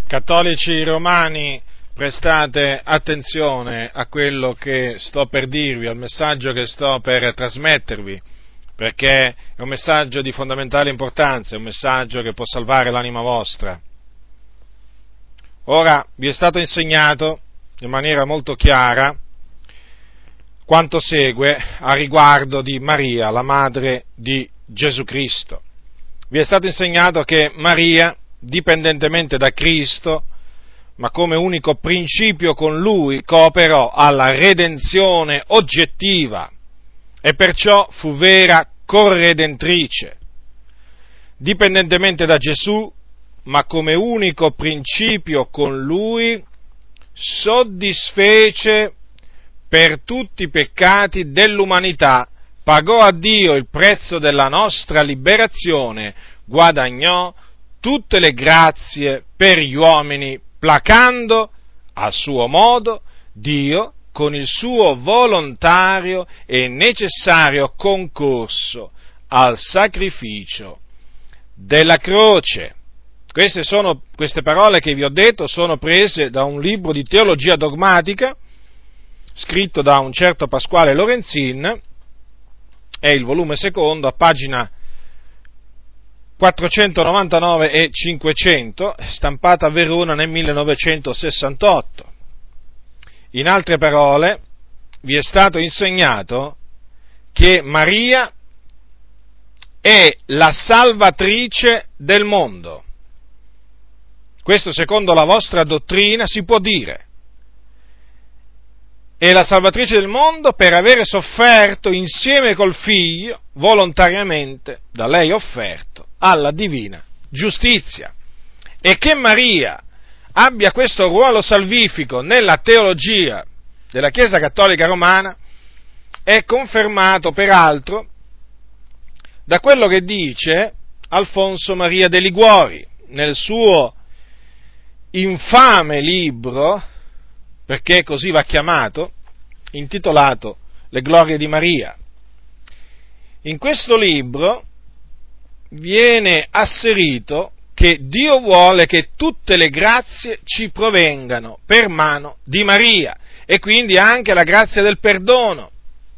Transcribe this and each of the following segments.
Cattolici romani, prestate attenzione a quello che sto per dirvi, al messaggio che sto per trasmettervi, perché è un messaggio di fondamentale importanza, è un messaggio che può salvare l'anima vostra. Ora, vi è stato insegnato in maniera molto chiara quanto segue a riguardo di Maria, la madre di Gesù Cristo. Vi è stato insegnato che Maria, dipendentemente da Cristo, ma come unico principio con Lui, cooperò alla redenzione oggettiva e perciò fu vera corredentrice. Dipendentemente da Gesù, ma come unico principio con Lui, soddisfece per tutti i peccati dell'umanità, pagò a Dio il prezzo della nostra liberazione, guadagnò tutte le grazie per gli uomini, placando a suo modo Dio con il suo volontario e necessario concorso al sacrificio della croce. Queste parole che vi ho detto sono prese da un libro di teologia dogmatica scritto da un certo Pasquale Lorenzin, è il volume secondo, a pagina 499 e 500, stampata a Verona nel 1968. In altre parole, vi è stato insegnato che Maria è la salvatrice del mondo. Questo secondo la vostra dottrina si può dire. È la salvatrice del mondo per avere sofferto insieme col figlio, volontariamente da lei offerto, alla divina giustizia. E che Maria abbia questo ruolo salvifico nella teologia della Chiesa Cattolica Romana è confermato peraltro da quello che dice Alfonso Maria de Liguori nel suo infame libro, perché così va chiamato, intitolato Le glorie di Maria. In questo libro viene asserito che Dio vuole che tutte le grazie ci provengano per mano di Maria e quindi anche la grazia del perdono.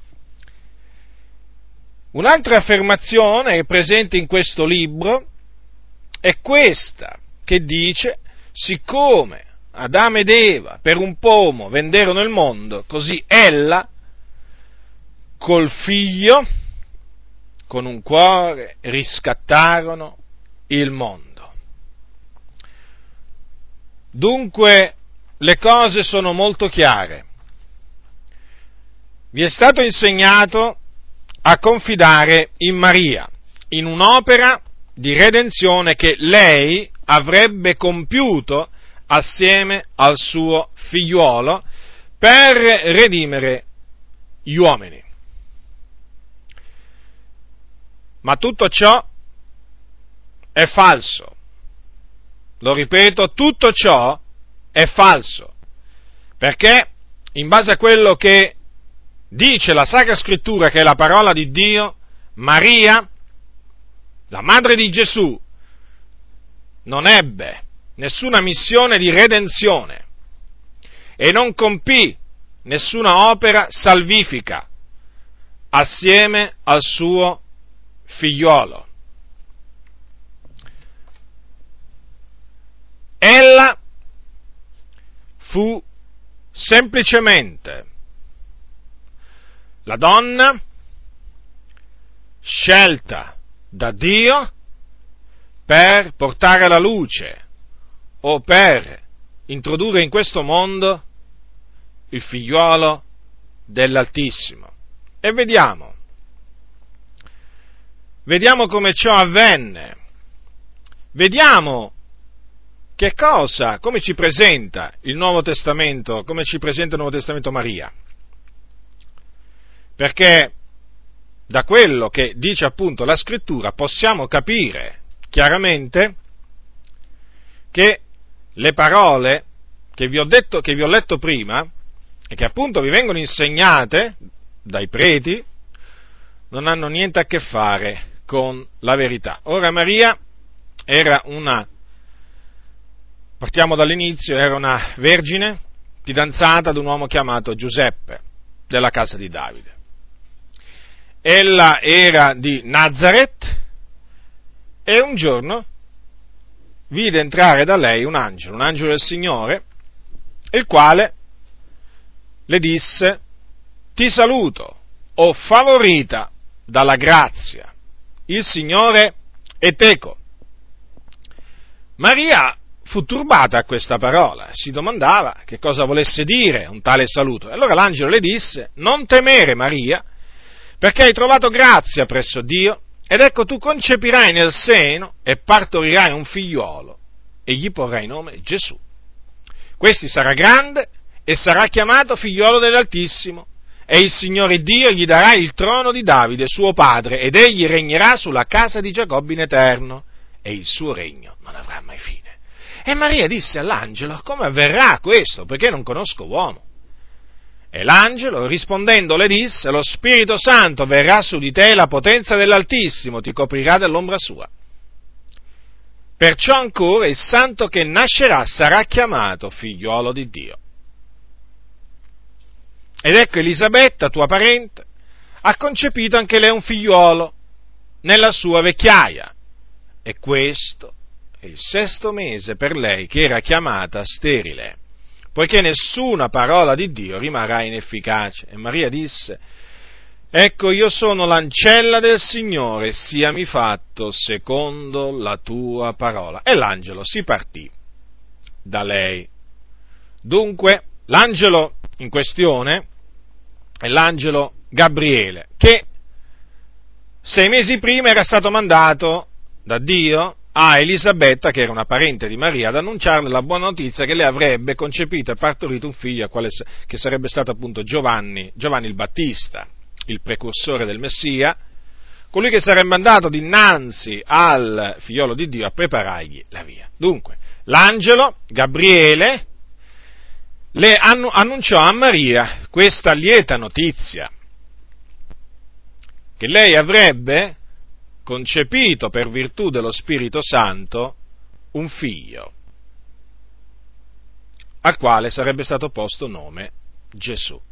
Un'altra affermazione che è presente in questo libro è questa, che dice: siccome Adamo ed Eva per un pomo venderono il mondo, così ella col figlio con un cuore riscattarono il mondo. Dunque le cose sono molto chiare. Vi è stato insegnato a confidare in Maria, in un'opera di redenzione che lei avrebbe compiuto assieme al suo figliuolo per redimere gli uomini. Ma tutto ciò è falso. Lo ripeto, tutto ciò è falso. Perché in base a quello che dice la Sacra Scrittura, che è la parola di Dio, Maria, la madre di Gesù, non ebbe nessuna missione di redenzione e non compì nessuna opera salvifica assieme al suo figliuolo. Ella fu semplicemente la donna scelta da Dio per portare alla luce o per introdurre in questo mondo il figliuolo dell'Altissimo. E vediamo come ciò avvenne, vediamo come ci presenta il Nuovo Testamento, come ci presenta il Nuovo Testamento Maria. Perché da quello che dice appunto la Scrittura possiamo capire chiaramente che le parole che vi ho letto prima e che appunto vi vengono insegnate dai preti non hanno niente a che fare con la verità. Ora Maria era una partiamo dall'inizio, era una vergine fidanzata ad un uomo chiamato Giuseppe, della casa di Davide. Ella era di Nazaret e un giorno vide entrare da lei un angelo del Signore, il quale le disse: ti saluto, o favorita dalla grazia, il Signore è teco. Maria fu turbata a questa parola, si domandava che cosa volesse dire un tale saluto. E allora l'angelo le disse: non temere, Maria, perché hai trovato grazia presso Dio, ed ecco tu concepirai nel seno e partorirai un figliuolo, e gli porrai nome Gesù. Questi sarà grande e sarà chiamato figliuolo dell'Altissimo, e il Signore Dio gli darà il trono di Davide, suo padre, ed egli regnerà sulla casa di Giacobbe in eterno, e il suo regno non avrà mai fine. E Maria disse all'angelo: come avverrà questo, perché non conosco uomo? E l'angelo, rispondendo, le disse: lo Spirito Santo verrà su di te, la potenza dell'Altissimo ti coprirà dell'ombra sua. Perciò ancora il santo che nascerà sarà chiamato figliuolo di Dio. Ed ecco Elisabetta, tua parente, ha concepito anche lei un figliuolo nella sua vecchiaia, e questo è il 6° mese per lei, che era chiamata sterile, poiché nessuna parola di Dio rimarrà inefficace. E Maria disse: ecco, io sono l'ancella del Signore, siami fatto secondo la tua parola. E l'angelo si partì da lei. Dunque, l'angelo in questione è l'angelo Gabriele, che 6 mesi prima era stato mandato da Dio a Elisabetta, che era una parente di Maria, ad annunciarle la buona notizia che lei avrebbe concepito e partorito un figlio, che sarebbe stato appunto Giovanni il Battista, il precursore del Messia, colui che sarebbe andato dinanzi al figliolo di Dio a preparargli la via. Dunque, l'angelo Gabriele le annunciò a Maria questa lieta notizia, che lei avrebbe concepito per virtù dello Spirito Santo un figlio, al quale sarebbe stato posto nome Gesù.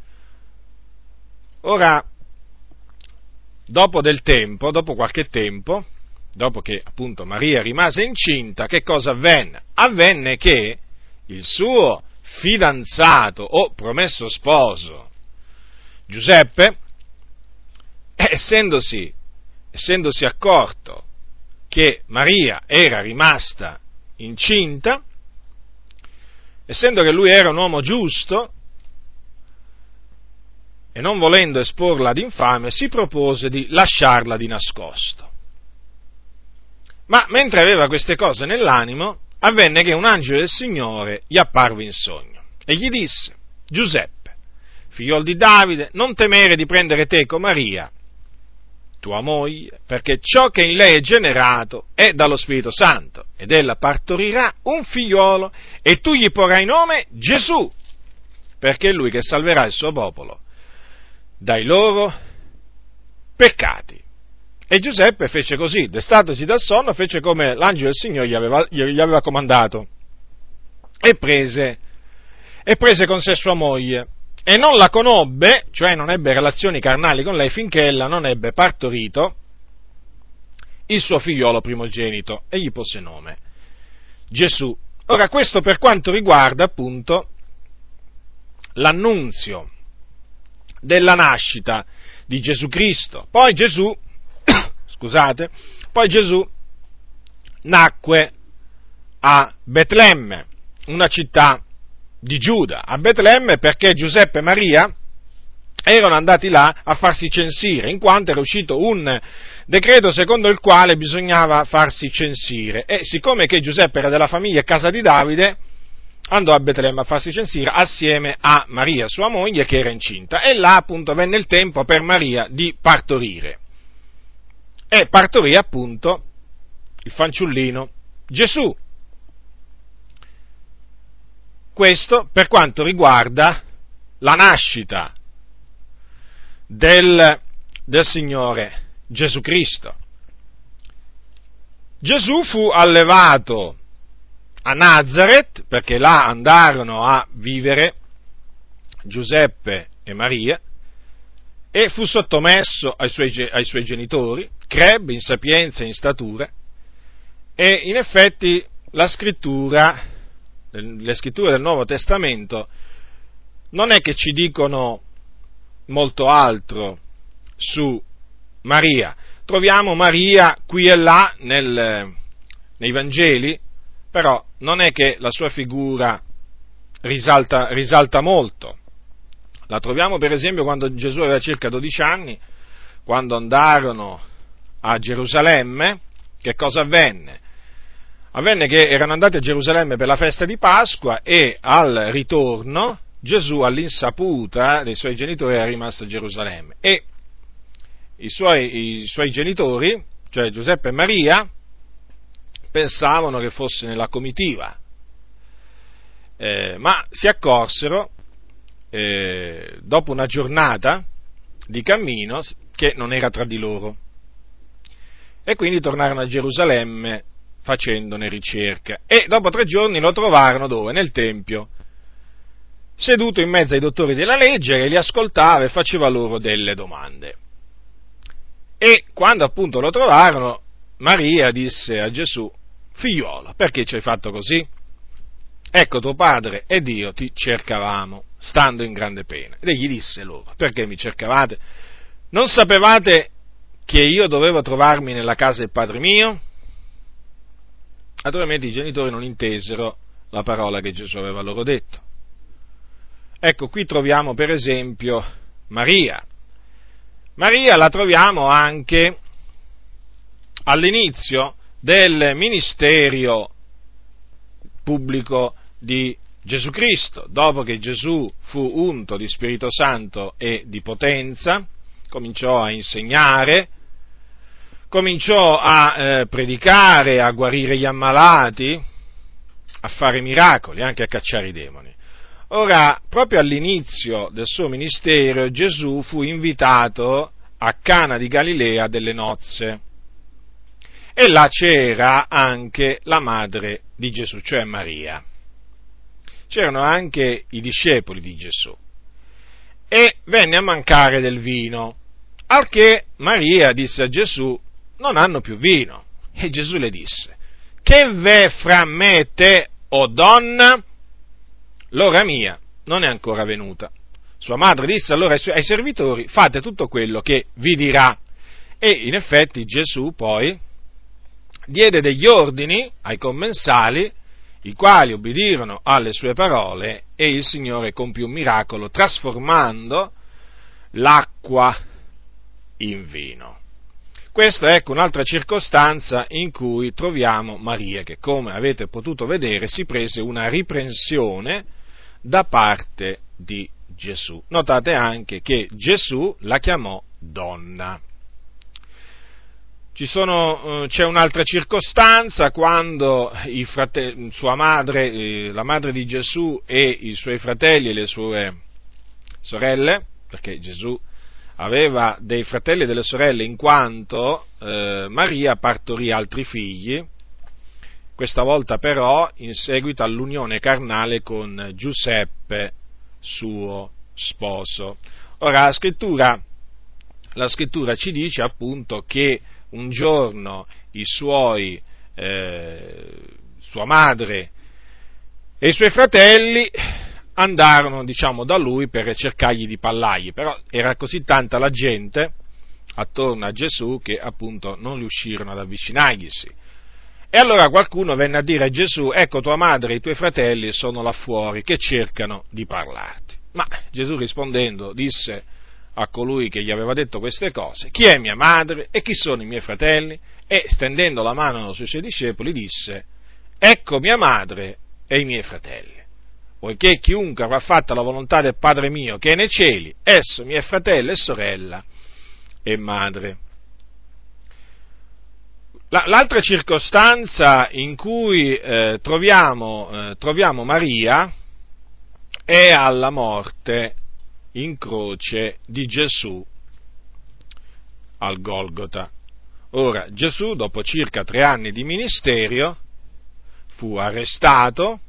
Ora, dopo qualche tempo, dopo che appunto Maria rimase incinta, che cosa avvenne? Avvenne che il suo fidanzato o promesso sposo, Giuseppe, essendosi accorto che Maria era rimasta incinta, essendo che lui era un uomo giusto e non volendo esporla ad infame, si propose di lasciarla di nascosto. Ma mentre aveva queste cose nell'animo, avvenne che un angelo del Signore gli apparve in sogno e gli disse: Giuseppe, figliol di Davide, non temere di prendere teco Maria, tua moglie, perché ciò che in lei è generato è dallo Spirito Santo, ed ella partorirà un figliolo, e tu gli porrai nome Gesù, perché è lui che salverà il suo popolo dai loro peccati. E Giuseppe fece così, destatosi dal sonno, fece come l'angelo del Signore gli aveva comandato, e prese con sé sua moglie, e non la conobbe, cioè non ebbe relazioni carnali con lei, finché ella non ebbe partorito il suo figliolo primogenito, e gli pose nome Gesù. Ora, questo per quanto riguarda appunto l'annunzio della nascita di Gesù Cristo. Poi Gesù nacque a Betlemme, una città di Giuda, a Betlemme, perché Giuseppe e Maria erano andati là a farsi censire, in quanto era uscito un decreto secondo il quale bisognava farsi censire, e siccome che Giuseppe era della famiglia e casa di Davide, andò a Betlemme a farsi censire assieme a Maria, sua moglie, che era incinta, e là appunto venne il tempo per Maria di partorire, e partorì appunto il fanciullino Gesù. Questo per quanto riguarda la nascita del Signore Gesù Cristo. Gesù fu allevato a Nazaret, perché là andarono a vivere Giuseppe e Maria, e fu sottomesso ai suoi genitori, crebbe in sapienza e in statura, e in effetti le scritture del Nuovo Testamento non è che ci dicono molto altro su Maria. Troviamo Maria qui e là nei Vangeli, però non è che la sua figura risalta molto. La troviamo per esempio quando Gesù aveva circa 12 anni, quando andarono a Gerusalemme. Che cosa avvenne? Avvenne che erano andati a Gerusalemme per la festa di Pasqua e al ritorno Gesù, all'insaputa dei suoi genitori, era rimasto a Gerusalemme e i suoi genitori, cioè Giuseppe e Maria, pensavano che fosse nella comitiva, ma si accorsero dopo una giornata di cammino che non era tra di loro, e quindi tornarono a Gerusalemme facendone ricerca, e dopo 3 giorni lo trovarono dove? Nel Tempio, seduto in mezzo ai dottori della legge, che li ascoltava e faceva loro delle domande. E quando appunto lo trovarono, Maria disse a Gesù: figliuolo, perché ci hai fatto così? Ecco, tuo padre ed io ti cercavamo, stando in grande pena. Ed egli disse loro: perché mi cercavate? Non sapevate che io dovevo trovarmi nella casa del Padre mio? Naturalmente i genitori non intesero la parola che Gesù aveva loro detto. Ecco, qui troviamo per esempio Maria. Maria la troviamo anche all'inizio del ministero pubblico di Gesù Cristo. Dopo che Gesù fu unto di Spirito Santo e di potenza, cominciò a insegnare, cominciò a predicare, a guarire gli ammalati, a fare miracoli, anche a cacciare i demoni. Ora, proprio all'inizio del suo ministero, Gesù fu invitato a Cana di Galilea delle nozze, e là c'era anche la madre di Gesù, cioè Maria. C'erano anche i discepoli di Gesù, e venne a mancare del vino, al che Maria disse a Gesù: non hanno più vino. E Gesù le disse: che v'è fra me e te, o donna? L'ora mia non è ancora venuta. Sua madre disse allora ai servitori: fate tutto quello che vi dirà. E in effetti Gesù poi diede degli ordini ai commensali, i quali ubbidirono alle sue parole, e il Signore compì un miracolo trasformando l'acqua in vino. Questa è ecco un'altra circostanza in cui troviamo Maria, che, come avete potuto vedere, si prese una riprensione da parte di Gesù. Notate anche che Gesù la chiamò donna. C'è un'altra circostanza quando sua madre, la madre di Gesù, e i suoi fratelli e le sue sorelle, perché Gesù aveva dei fratelli e delle sorelle in quanto Maria partorì altri figli, questa volta però in seguito all'unione carnale con Giuseppe, suo sposo. Ora la scrittura ci dice appunto che un giorno sua madre e i suoi fratelli andarono, da lui per cercargli di parlargli, però era così tanta la gente attorno a Gesù che appunto non riuscirono ad avvicinarglisi. E allora qualcuno venne a dire a Gesù: ecco, tua madre e i tuoi fratelli sono là fuori che cercano di parlarti. Ma Gesù rispondendo disse a colui che gli aveva detto queste cose: chi è mia madre e chi sono i miei fratelli? E stendendo la mano sui suoi discepoli disse: ecco mia madre e i miei fratelli. Poiché chiunque avrà fatto la volontà del Padre mio che è nei cieli, esso mi è fratello e sorella e madre. L'altra circostanza in cui troviamo Maria è alla morte in croce di Gesù al Golgota. Ora, Gesù, dopo circa 3 anni di ministero, fu arrestato,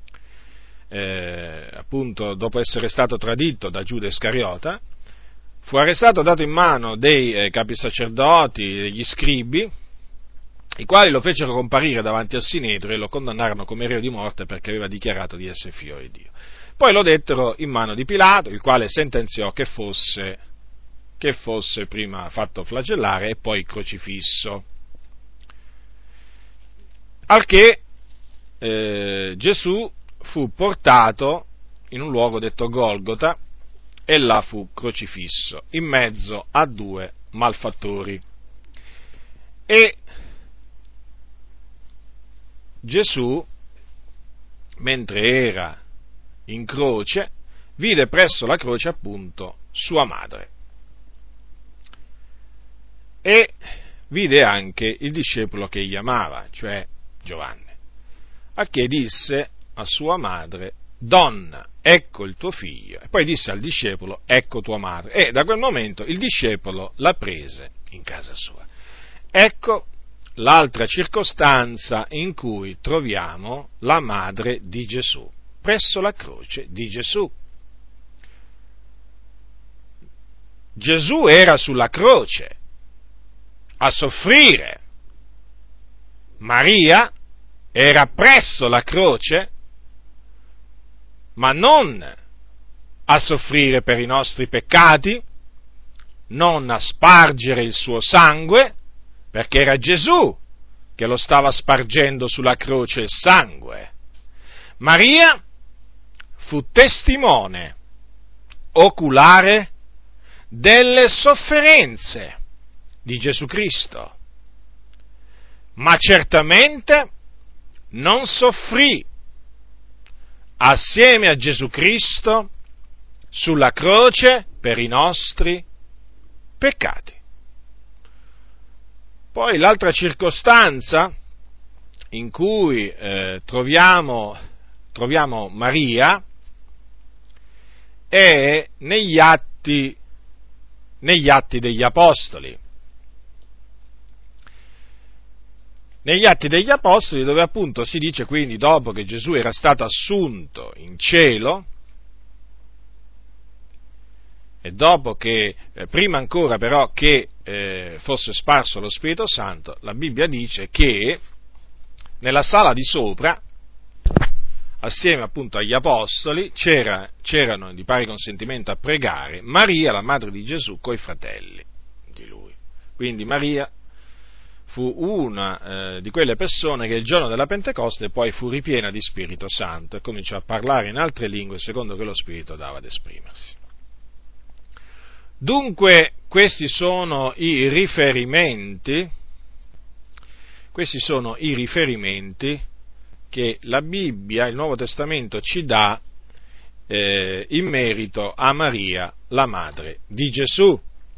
appunto dopo essere stato tradito da Giuda Iscariota, fu arrestato, dato in mano dei capi sacerdoti, degli scribi, i quali lo fecero comparire davanti al Sinedrio e lo condannarono come reo di morte perché aveva dichiarato di essere figlio di Dio. Poi lo dettero in mano di Pilato, il quale sentenziò che fosse prima fatto flagellare e poi crocifisso. Al che Gesù fu portato in un luogo detto Golgota e là fu crocifisso in mezzo a due malfattori. E Gesù, mentre era in croce, vide presso la croce appunto sua madre e vide anche il discepolo che egli amava, cioè Giovanni, a che disse a sua madre: Donna, ecco il tuo figlio. E poi disse al discepolo: ecco tua madre. E da quel momento il discepolo la prese in casa sua. Ecco l'altra circostanza in cui troviamo la madre di Gesù, presso la croce di Gesù. Gesù era sulla croce a soffrire. Maria era presso la croce, ma non a soffrire per i nostri peccati, non a spargere il suo sangue, perché era Gesù che lo stava spargendo sulla croce il sangue. Maria fu testimone oculare delle sofferenze di Gesù Cristo, ma certamente non soffrì assieme a Gesù Cristo sulla croce per i nostri peccati. Poi l'altra circostanza in cui troviamo Maria è negli atti degli Apostoli. Negli Atti degli Apostoli, dove appunto si dice, quindi, dopo che Gesù era stato assunto in cielo, e dopo che, prima ancora però che fosse sparso lo Spirito Santo, la Bibbia dice che nella sala di sopra, assieme appunto agli Apostoli, c'erano di pari consentimento a pregare Maria, la madre di Gesù, coi fratelli di lui. Quindi Maria fu una di quelle persone che il giorno della Pentecoste poi fu ripiena di Spirito Santo e cominciò a parlare in altre lingue secondo che lo Spirito dava ad esprimersi. Dunque questi sono i riferimenti che la Bibbia, il Nuovo Testamento, ci dà in merito a Maria, la madre di Gesù.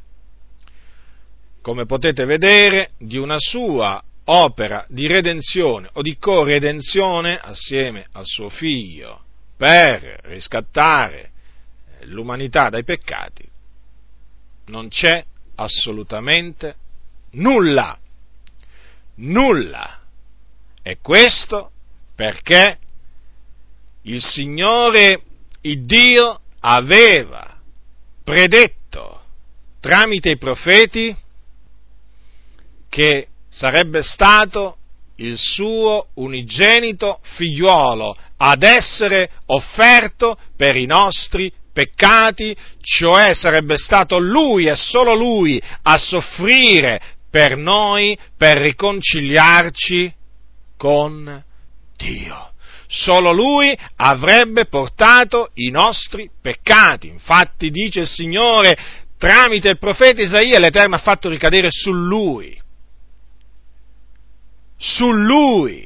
Come potete vedere, di una sua opera di redenzione o di corredenzione assieme al suo figlio per riscattare l'umanità dai peccati non c'è assolutamente nulla. E questo perché il Signore, il Dio, aveva predetto tramite i profeti che sarebbe stato il suo unigenito figliuolo ad essere offerto per i nostri peccati, cioè sarebbe stato Lui e solo Lui a soffrire per noi, per riconciliarci con Dio. Solo Lui avrebbe portato i nostri peccati. Infatti dice il Signore, tramite il profeta Isaia, l'Eterno ha fatto ricadere su Lui. Su Lui.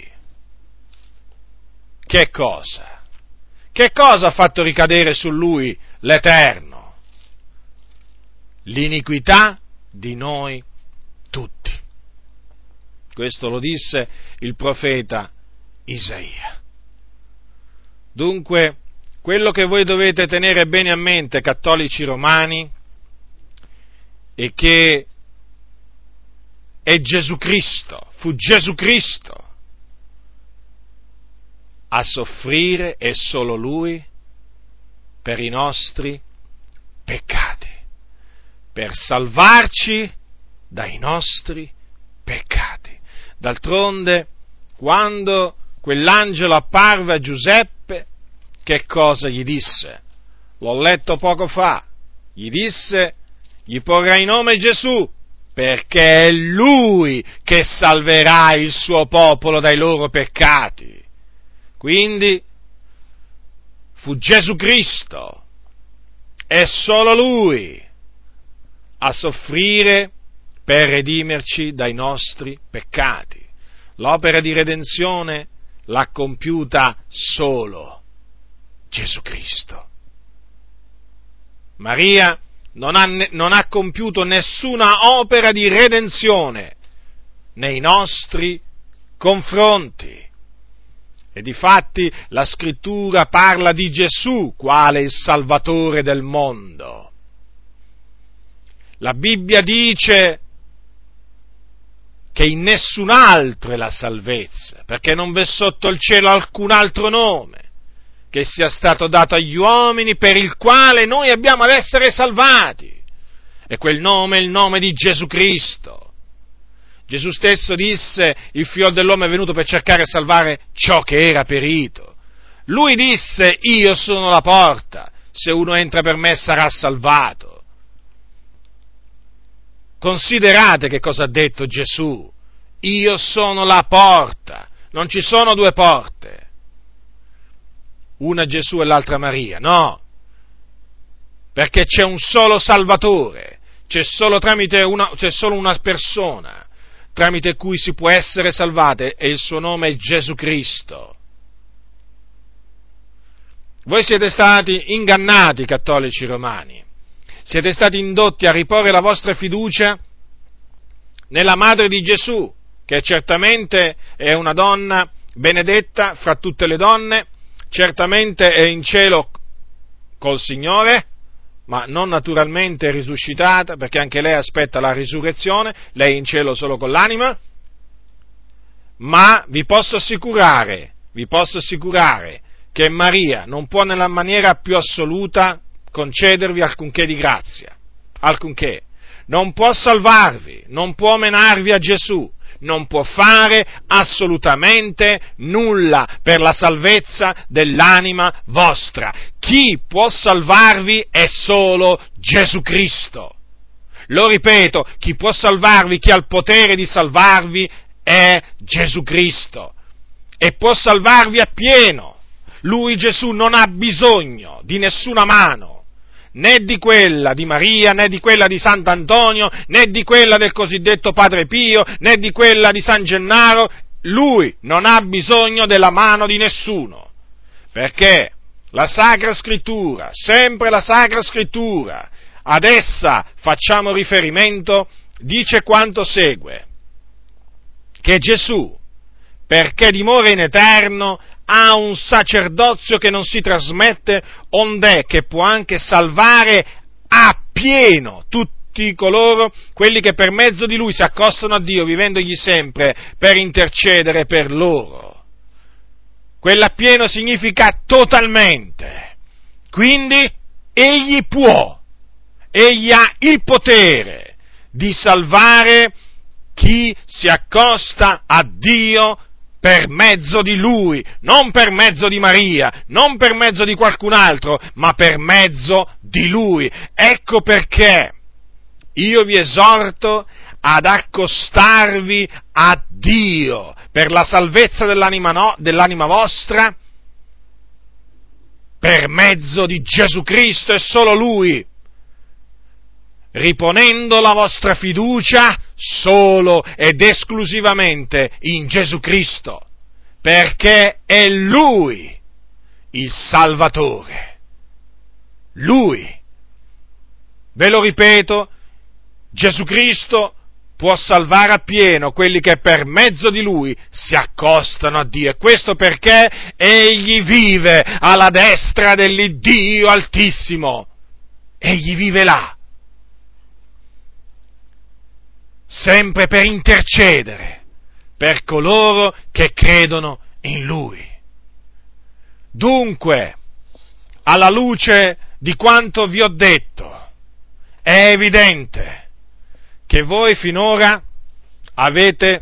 Che cosa? Che cosa ha fatto ricadere su Lui l'Eterno? L'iniquità di noi tutti. Questo lo disse il profeta Isaia. Dunque, quello che voi dovete tenere bene a mente, cattolici romani, è che è Gesù Cristo, fu Gesù Cristo a soffrire, e solo Lui, per i nostri peccati, per salvarci dai nostri peccati. D'altronde, quando quell'angelo apparve a Giuseppe, che cosa gli disse? L'ho letto poco fa. Gli disse: gli porrai nome Gesù, perché è Lui che salverà il suo popolo dai loro peccati. Quindi fu Gesù Cristo, è solo Lui a soffrire per redimerci dai nostri peccati. L'opera di redenzione l'ha compiuta solo Gesù Cristo. Maria non ha compiuto nessuna opera di redenzione nei nostri confronti. E difatti la Scrittura parla di Gesù quale il Salvatore del mondo. La Bibbia dice che in nessun altro è la salvezza, perché non v'è sotto il cielo alcun altro nome che sia stato dato agli uomini per il quale noi abbiamo ad essere salvati. E quel nome è il nome di Gesù Cristo. Gesù stesso disse: il Figlio dell'uomo è venuto per cercare e salvare ciò che era perito. Lui disse: io sono la porta, se uno entra per me sarà salvato. Considerate che cosa ha detto Gesù: io sono la porta, non ci sono due porte, una Gesù e l'altra Maria, no, perché c'è un solo Salvatore, c'è solo una persona tramite cui si può essere salvati, e il suo nome è Gesù Cristo. Voi siete stati ingannati, cattolici romani, siete stati indotti a riporre la vostra fiducia nella madre di Gesù, che certamente è una donna benedetta fra tutte le donne, certamente è in cielo col Signore, ma non naturalmente risuscitata, perché anche lei aspetta la risurrezione, lei è in cielo solo con l'anima, ma vi posso assicurare che Maria non può nella maniera più assoluta concedervi alcunché di grazia, alcunché. Non può salvarvi, non può menarvi a Gesù, non può fare assolutamente nulla per la salvezza dell'anima vostra. Chi può salvarvi è solo Gesù Cristo. Lo ripeto, chi può salvarvi, chi ha il potere di salvarvi è Gesù Cristo, e può salvarvi appieno. Lui, Gesù, non ha bisogno di nessuna mano, né di quella di Maria, né di quella di Sant'Antonio, né di quella del cosiddetto Padre Pio, né di quella di San Gennaro. Lui non ha bisogno della mano di nessuno, perché la Sacra Scrittura, sempre la Sacra Scrittura, ad essa facciamo riferimento, dice quanto segue: che Gesù, perché dimora in eterno, ha un sacerdozio che non si trasmette, ond'è che può anche salvare appieno tutti coloro, quelli che per mezzo di Lui si accostano a Dio, vivendogli sempre per intercedere per loro. Quell'appieno significa totalmente. Quindi Egli ha il potere di salvare chi si accosta a Dio per mezzo di Lui, non per mezzo di Maria, non per mezzo di qualcun altro, ma per mezzo di Lui. Ecco perché io vi esorto ad accostarvi a Dio per la salvezza dell'anima vostra, per mezzo di Gesù Cristo e solo Lui, riponendo la vostra fiducia solo ed esclusivamente in Gesù Cristo, perché è Lui il Salvatore. Lui. Ve lo ripeto, Gesù Cristo può salvare appieno quelli che per mezzo di Lui si accostano a Dio, e questo perché Egli vive alla destra dell'Iddio Altissimo. Egli vive là, sempre per intercedere per coloro che credono in Lui. Dunque, alla luce di quanto vi ho detto, è evidente che voi finora avete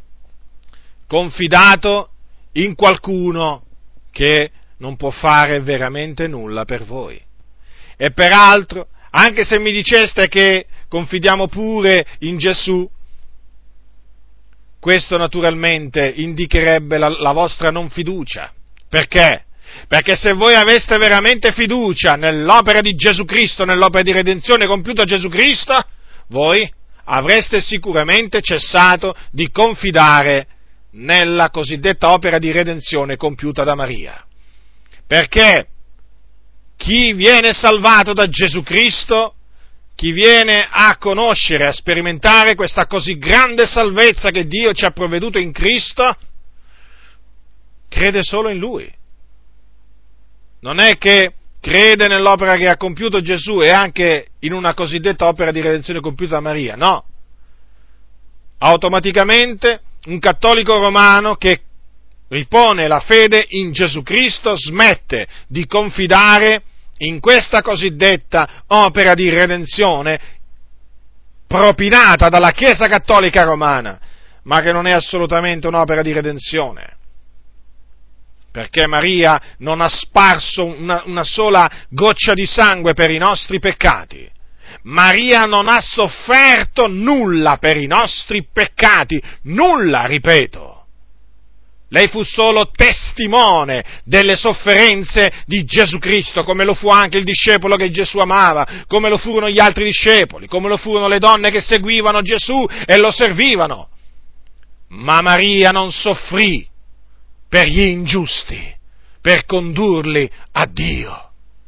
confidato in qualcuno che non può fare veramente nulla per voi. E peraltro, anche se mi diceste che confidiamo pure in Gesù, questo naturalmente indicherebbe la vostra non fiducia. Perché? Perché se voi aveste veramente fiducia nell'opera di Gesù Cristo, nell'opera di redenzione compiuta a Gesù Cristo, voi avreste sicuramente cessato di confidare nella cosiddetta opera di redenzione compiuta da Maria. Perché chi viene salvato da Gesù Cristo, chi viene a conoscere, a sperimentare questa così grande salvezza che Dio ci ha provveduto in Cristo, crede solo in Lui. Non è che crede nell'opera che ha compiuto Gesù e anche in una cosiddetta opera di redenzione compiuta da Maria, no. Automaticamente un cattolico romano che ripone la fede in Gesù Cristo smette di confidare in questa cosiddetta opera di redenzione propinata dalla Chiesa Cattolica Romana, ma che non è assolutamente un'opera di redenzione. Perché Maria non ha sparso una sola goccia di sangue per i nostri peccati. Maria non ha sofferto nulla per i nostri peccati, nulla, ripeto. Lei fu solo testimone delle sofferenze di Gesù Cristo, come lo fu anche il discepolo che Gesù amava, come lo furono gli altri discepoli, come lo furono le donne che seguivano Gesù e lo servivano. Ma Maria non soffrì per gli ingiusti, per condurli a Dio.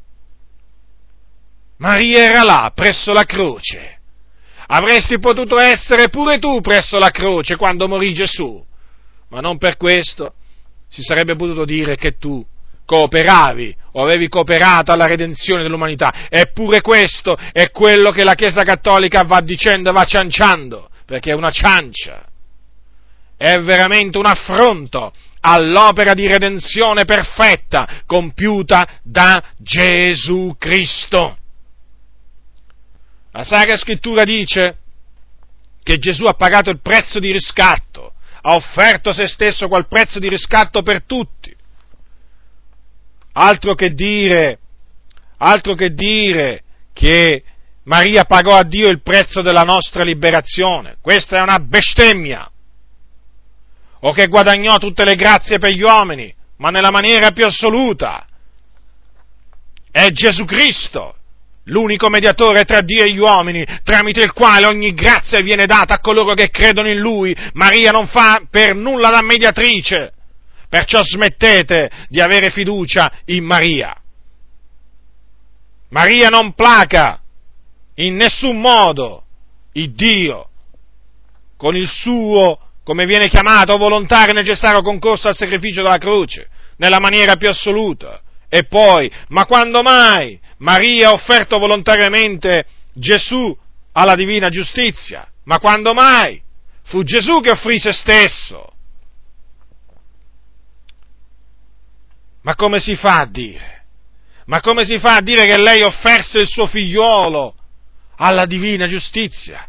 Maria era là, presso la croce. Avresti potuto essere pure tu presso la croce quando morì Gesù, ma non per questo si sarebbe potuto dire che tu cooperavi o avevi cooperato alla redenzione dell'umanità. Eppure questo è quello che la Chiesa Cattolica va dicendo e va cianciando, perché è una ciancia. È veramente un affronto all'opera di redenzione perfetta compiuta da Gesù Cristo. La Sacra Scrittura dice che Gesù ha pagato il prezzo di riscatto, ha offerto se stesso qual prezzo di riscatto per tutti. Altro che dire che Maria pagò a Dio il prezzo della nostra liberazione. Questa è una bestemmia. O che guadagnò tutte le grazie per gli uomini, ma nella maniera più assoluta. È Gesù Cristo, l'unico mediatore tra Dio e gli uomini, tramite il quale ogni grazia viene data a coloro che credono in Lui. Maria non fa per nulla da mediatrice, perciò smettete di avere fiducia in Maria. Maria non placa in nessun modo il Dio con il suo, come viene chiamato, volontario e necessario concorso al sacrificio della croce, nella maniera più assoluta. E poi, ma quando mai Maria ha offerto volontariamente Gesù alla divina giustizia? Ma quando mai? Fu Gesù che offrì se stesso. Ma come si fa a dire? Ma come si fa a dire che lei offerse il suo figliuolo alla divina giustizia?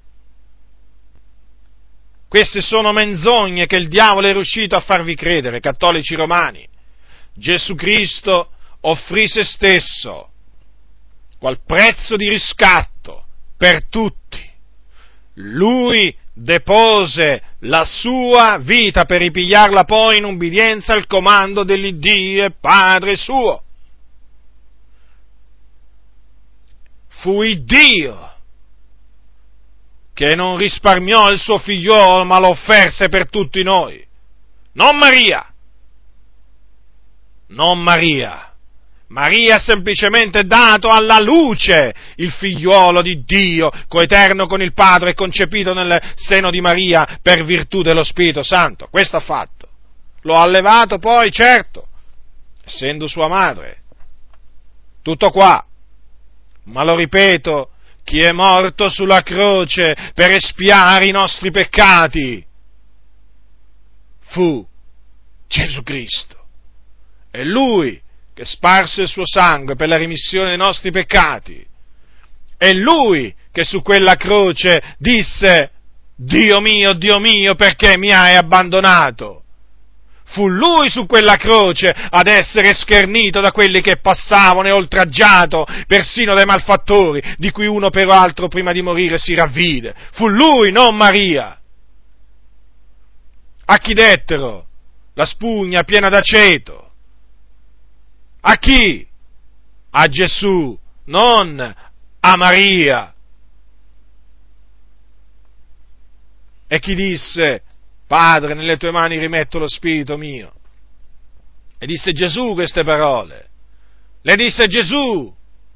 Queste sono menzogne che il diavolo è riuscito a farvi credere, cattolici romani. Gesù Cristo offrì se stesso qual prezzo di riscatto per tutti. Lui depose la sua vita per ripigliarla poi in ubbidienza al comando dell'Iddio e Padre suo. Fu il Dio che non risparmiò il suo figliolo, ma lo offerse per tutti noi. Non Maria. Non Maria. Maria ha semplicemente dato alla luce il figliuolo di Dio, coeterno con il Padre e concepito nel seno di Maria per virtù dello Spirito Santo. Questo ha fatto. Lo ha allevato poi, certo, essendo sua madre. Tutto qua. Ma lo ripeto, chi è morto sulla croce per espiare i nostri peccati fu Gesù Cristo. È Lui che sparse il suo sangue per la remissione dei nostri peccati. È Lui che su quella croce disse: Dio mio, perché mi hai abbandonato? Fu Lui su quella croce ad essere schernito da quelli che passavano e oltraggiato persino dai malfattori, di cui uno peraltro prima di morire si ravvide. Fu Lui, non Maria. A chi dettero la spugna piena d'aceto? A chi? A Gesù, non a Maria. E chi disse: Padre, nelle tue mani rimetto lo spirito mio? E disse Gesù queste parole. Le disse Gesù.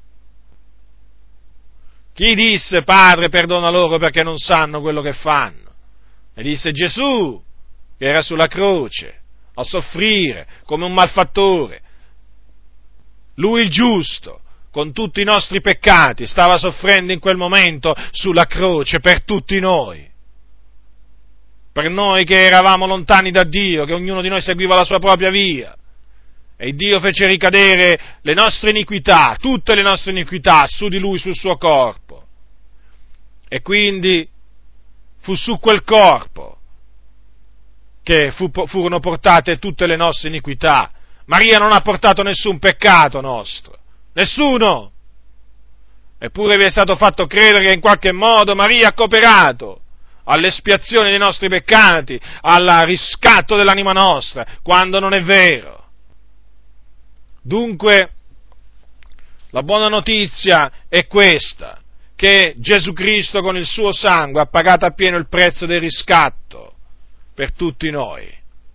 Chi disse: Padre, perdona loro perché non sanno quello che fanno? E disse Gesù, che era sulla croce a soffrire come un malfattore. Lui il giusto, con tutti i nostri peccati, stava soffrendo in quel momento sulla croce per tutti noi. Per noi che eravamo lontani da Dio, che ognuno di noi seguiva la sua propria via. E Dio fece ricadere le nostre iniquità, tutte le nostre iniquità, su di Lui, sul suo corpo. E quindi fu su quel corpo che furono portate tutte le nostre iniquità. Maria non ha portato nessun peccato nostro, nessuno. Eppure vi è stato fatto credere che in qualche modo Maria ha cooperato all'espiazione dei nostri peccati, al riscatto dell'anima nostra, quando non è vero. Dunque, la buona notizia è questa, che Gesù Cristo con il suo sangue ha pagato appieno il prezzo del riscatto per tutti noi.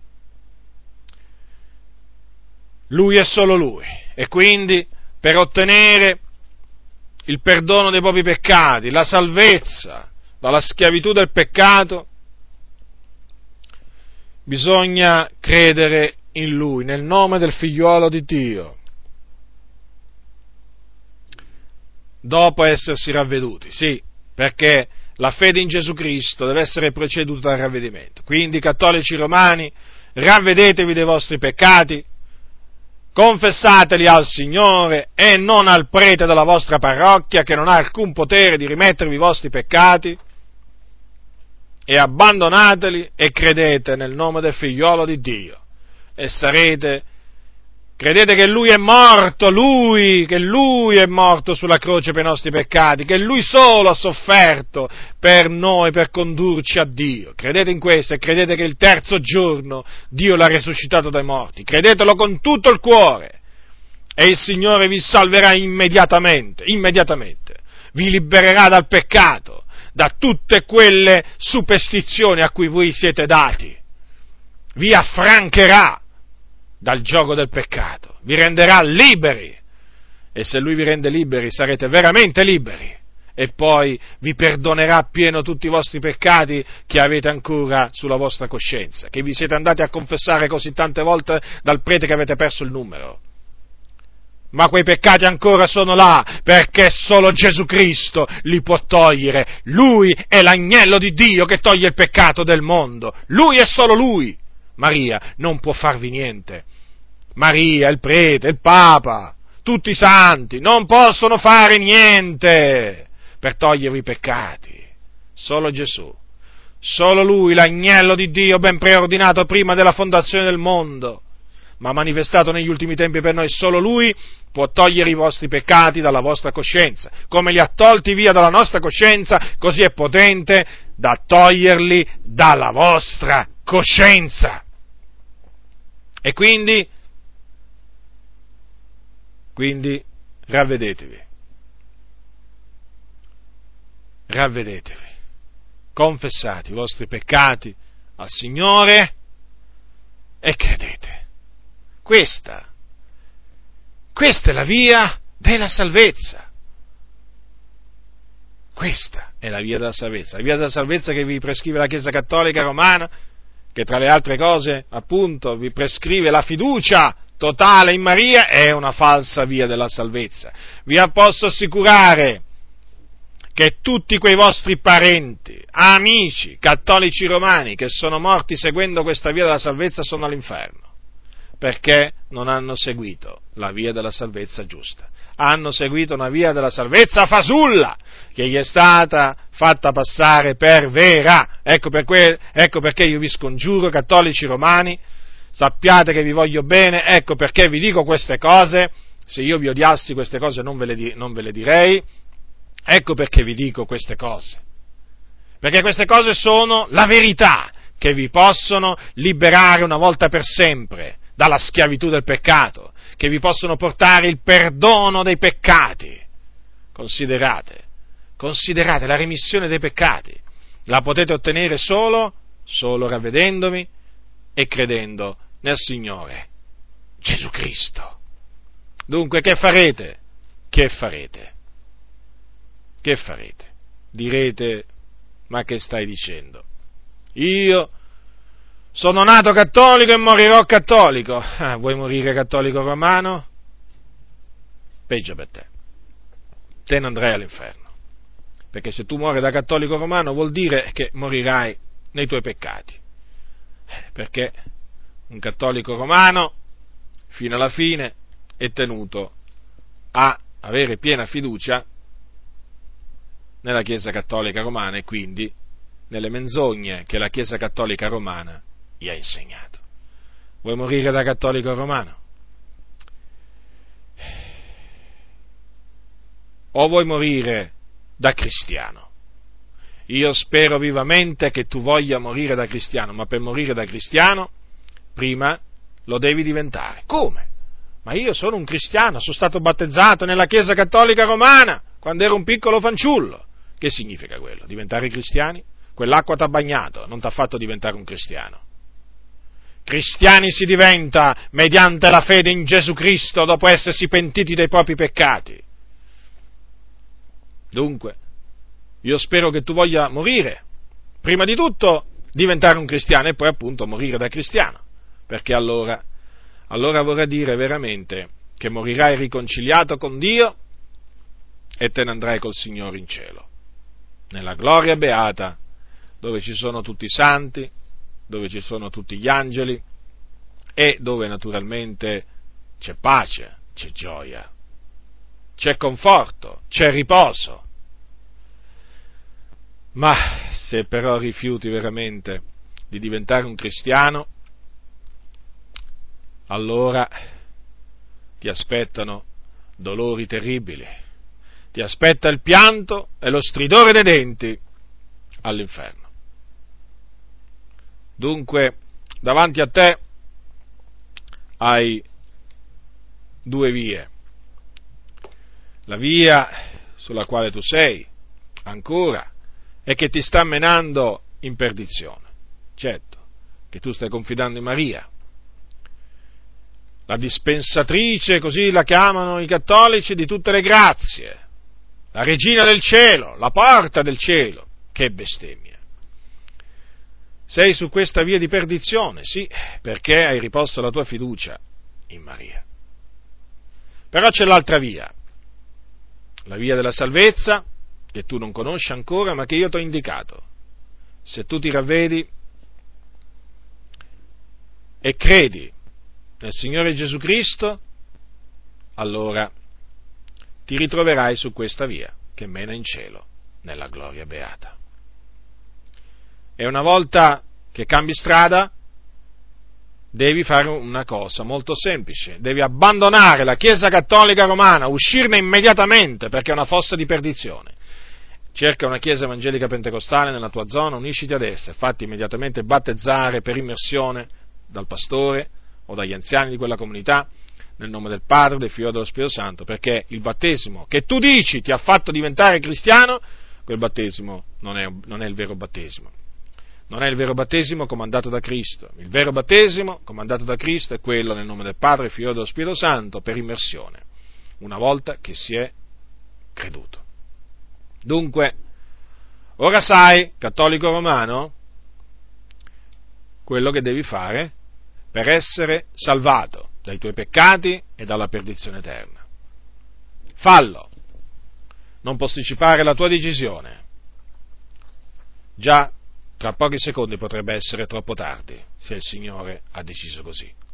Lui è solo Lui, e quindi per ottenere il perdono dei propri peccati, la salvezza dalla schiavitù del peccato, bisogna credere in Lui, nel nome del Figliuolo di Dio, dopo essersi ravveduti, sì, perché la fede in Gesù Cristo deve essere preceduta dal ravvedimento. Quindi, cattolici romani, ravvedetevi dei vostri peccati, confessateli al Signore e non al prete della vostra parrocchia, che non ha alcun potere di rimettervi i vostri peccati, e abbandonateli e credete nel nome del Figliolo di Dio e credete che Lui è morto, che Lui è morto sulla croce per i nostri peccati, che Lui solo ha sofferto per noi, per condurci a Dio. Credete in questo e credete che il terzo giorno Dio l'ha risuscitato dai morti. Credetelo con tutto il cuore e il Signore vi salverà immediatamente, vi libererà dal peccato, da tutte quelle superstizioni a cui voi siete dati, vi affrancherà dal giogo del peccato, vi renderà liberi, e se Lui vi rende liberi sarete veramente liberi, e poi vi perdonerà appieno tutti i vostri peccati che avete ancora sulla vostra coscienza, che vi siete andati a confessare così tante volte dal prete che avete perso il numero. Ma quei peccati ancora sono là, perché solo Gesù Cristo li può togliere. Lui è l'agnello di Dio che toglie il peccato del mondo. Lui e solo Lui. Maria non può farvi niente. Maria, il prete, il Papa, tutti i santi non possono fare niente per togliervi i peccati. Solo Gesù. Solo Lui, l'agnello di Dio ben preordinato prima della fondazione del mondo, ma manifestato negli ultimi tempi per noi. Solo Lui può togliere i vostri peccati dalla vostra coscienza. Come li ha tolti via dalla nostra coscienza, così è potente da toglierli dalla vostra coscienza. E quindi ravvedetevi, confessate i vostri peccati al Signore e credete. Questa è la via della salvezza. Questa è la via della salvezza che vi prescrive la Chiesa Cattolica Romana, che tra le altre cose, appunto, vi prescrive la fiducia totale in Maria, è una falsa via della salvezza. Vi posso assicurare che tutti quei vostri parenti, amici, cattolici romani che sono morti seguendo questa via della salvezza sono all'inferno. Perché non hanno seguito la via della salvezza giusta. Hanno seguito una via della salvezza fasulla, che gli è stata fatta passare per vera. Ecco perché io vi scongiuro, cattolici romani, sappiate che vi voglio bene, ecco perché vi dico queste cose. Se io vi odiassi queste cose non ve le direi. Ecco perché vi dico queste cose. Perché queste cose sono la verità che vi possono liberare una volta per sempre dalla schiavitù del peccato, che vi possono portare il perdono dei peccati. Considerate la remissione dei peccati. La potete ottenere solo ravvedendovi e credendo nel Signore Gesù Cristo. Dunque, che farete? Che farete? Direte, ma che stai dicendo? Io sono nato cattolico e morirò cattolico. Vuoi morire cattolico romano? Peggio per te. Te ne andrai all'inferno. Perché se tu muori da cattolico romano vuol dire che morirai nei tuoi peccati. Perché un cattolico romano, fino alla fine, è tenuto a avere piena fiducia nella Chiesa Cattolica Romana e quindi nelle menzogne che la Chiesa Cattolica Romana gli ha insegnato. Vuoi morire da cattolico romano? O vuoi morire da cristiano? Io spero vivamente che tu voglia morire da cristiano, ma per morire da cristiano prima lo devi diventare. Come? Ma io sono un cristiano, sono stato battezzato nella Chiesa Cattolica Romana quando ero un piccolo fanciullo. Che significa quello? Diventare cristiani? Quell'acqua t'ha bagnato, non t'ha fatto diventare un cristiano. Cristiani si diventa mediante la fede in Gesù Cristo dopo essersi pentiti dei propri peccati. Dunque, io spero che tu voglia morire, prima di tutto diventare un cristiano e poi appunto morire da cristiano, perché allora vorrà dire veramente che morirai riconciliato con Dio e te ne andrai col Signore in cielo, nella gloria beata, dove ci sono tutti i santi, dove ci sono tutti gli angeli e dove naturalmente c'è pace, c'è gioia, c'è conforto, c'è riposo. Ma se però rifiuti veramente di diventare un cristiano, allora ti aspettano dolori terribili, ti aspetta il pianto e lo stridore dei denti all'inferno. Dunque, davanti a te hai due vie. La via sulla quale tu sei ancora e che ti sta menando in perdizione. Certo, che tu stai confidando in Maria, la dispensatrice, così la chiamano i cattolici, di tutte le grazie, la regina del cielo, la porta del cielo. Che bestemmia! Sei su questa via di perdizione, sì, perché hai riposto la tua fiducia in Maria. Però c'è l'altra via, la via della salvezza, che tu non conosci ancora, ma che io ti ho indicato. Se tu ti ravvedi e credi nel Signore Gesù Cristo, allora ti ritroverai su questa via che mena in cielo, nella gloria beata. E una volta che cambi strada, devi fare una cosa molto semplice, devi abbandonare la Chiesa Cattolica Romana, uscirne immediatamente, perché è una fossa di perdizione. Cerca una chiesa evangelica pentecostale nella tua zona, unisciti ad essa e fatti immediatamente battezzare per immersione dal pastore o dagli anziani di quella comunità, nel nome del Padre, del Figlio e dello Spirito Santo, perché il battesimo che tu dici ti ha fatto diventare cristiano, quel battesimo non è il vero battesimo. Non è il vero battesimo comandato da Cristo. Il vero battesimo comandato da Cristo è quello nel nome del Padre, del Figlio e dello Spirito Santo, per immersione, una volta che si è creduto. Dunque, ora sai, cattolico romano, quello che devi fare per essere salvato dai tuoi peccati e dalla perdizione eterna. Fallo, non posticipare la tua decisione. Già tra pochi secondi potrebbe essere troppo tardi, se il Signore ha deciso così.